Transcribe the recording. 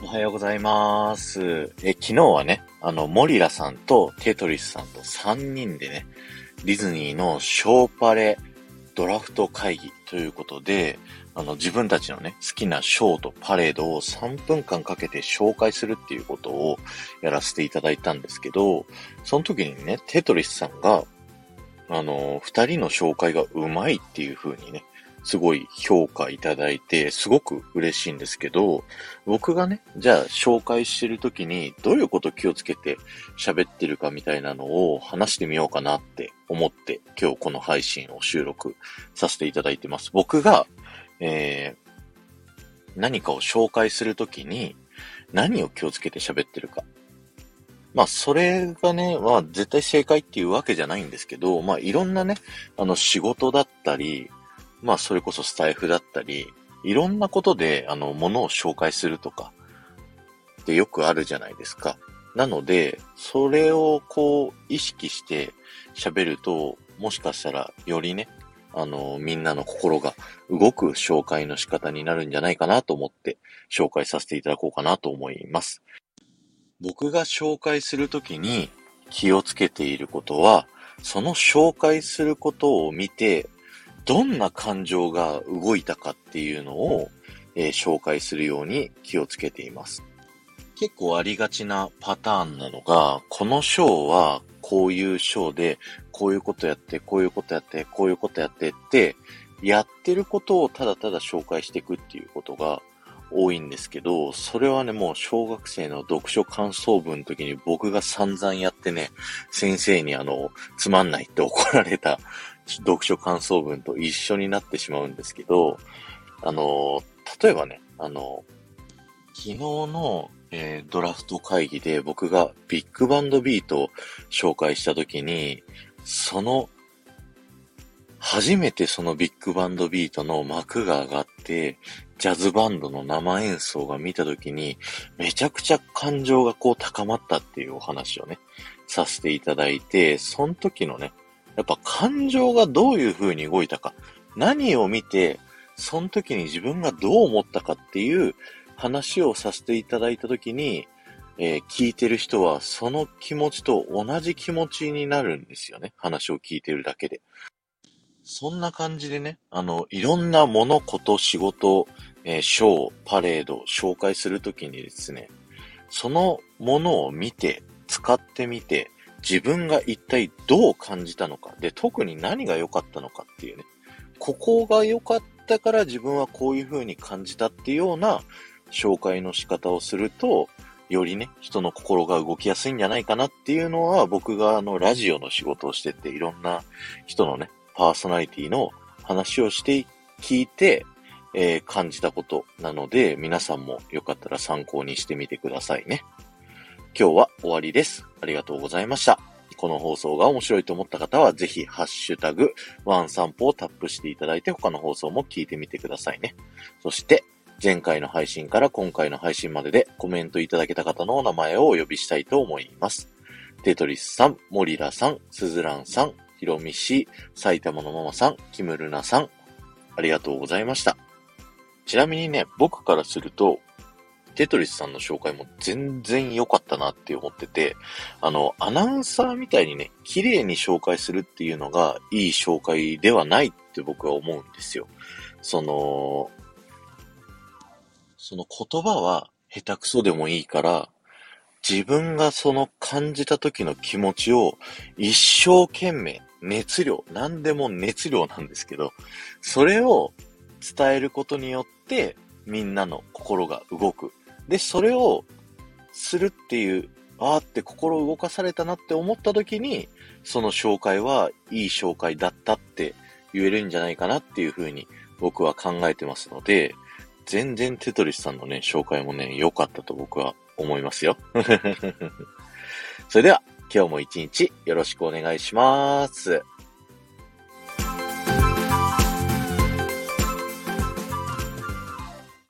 おはようございます。昨日はね、モリラさんとテトリスさんと3人でね、ディズニーのショーパレドラフト会議ということで、自分たちのね、好きなショーとパレードを3分間かけて紹介するっていうことをやらせていただいたんですけど、その時にね、テトリスさんが、二人の紹介がうまいっていう風にね、すごい評価いただいて、すごく嬉しいんですけど、僕がね、じゃあ紹介してる時にどういうこと気をつけて喋ってるかみたいなのを話してみようかなって思って今日この配信を収録させていただいてます。僕が、何かを紹介するときに何を気をつけて喋ってるか。それがね、絶対正解っていうわけじゃないんですけど、いろんなね、仕事だったり、それこそスタイフだったり、いろんなことで、ものを紹介するとか、ってよくあるじゃないですか。なので、それを意識して喋ると、もしかしたら、よりね、みんなの心が動く紹介の仕方になるんじゃないかなと思って、紹介させていただこうかなと思います。僕が紹介するときに気をつけていることは、その紹介することを見て、どんな感情が動いたかっていうのを、紹介するように気をつけています。結構ありがちなパターンなのが、このショーはこういうショーで、こういうことやって、こういうことやって、こういうことやってって、やってることをただただ紹介していくっていうことが多いんですけど、それはね、もう小学生の読書感想文の時に僕が散々やってね、先生につまんないって怒られた読書感想文と一緒になってしまうんですけど、例えばね、昨日の、ドラフト会議で僕がビッグバンドビートを紹介した時に、初めてそのビッグバンドビートの幕が上がって、ジャズバンドの生演奏が見たときに、めちゃくちゃ感情が高まったっていうお話をね、させていただいて、その時のね、やっぱ感情がどういう風に動いたか、何を見て、その時に自分がどう思ったかっていう話をさせていただいた時に、聞いてる人はその気持ちと同じ気持ちになるんですよね。話を聞いてるだけで。そんな感じでね、いろんな物事、仕事、ショー、パレード、紹介するときにですね、そのものを見て、使ってみて、自分が一体どう感じたのか、で、特に何が良かったのかっていうね、ここが良かったから自分はこういう風に感じたっていうような紹介の仕方をすると、よりね、人の心が動きやすいんじゃないかなっていうのは、僕がラジオの仕事をしてて、いろんな人のね、パーソナリティの話をして聞いて、感じたことなので、皆さんもよかったら参考にしてみてくださいね。今日は終わりです。ありがとうございました。この放送が面白いと思った方は、ぜひ、ハッシュタグ、ワン散歩をタップしていただいて、他の放送も聞いてみてくださいね。そして、前回の配信から今回の配信まででコメントいただけた方のお名前をお呼びしたいと思います。テトリスさん、モリラさん、スズランさん、ヒロミシ、埼玉のママさん、キムルナさん、ありがとうございました。ちなみにね、僕からすると、テトリスさんの紹介も全然良かったなって思ってて、アナウンサーみたいにね、綺麗に紹介するっていうのがいい紹介ではないって僕は思うんですよ。その言葉は下手くそでもいいから、自分がその感じた時の気持ちを一生懸命、熱量、何でも熱量なんですけど、それを伝えることによってみんなの心が動く。で、それをするっていう、あーって心を動かされたなって思った時に、その紹介はいい紹介だったって言えるんじゃないかなっていうふうに僕は考えてますので、全然テトリスさんのね、紹介もね、良かったと僕は思いますよ。それでは、今日も一日よろしくお願いします。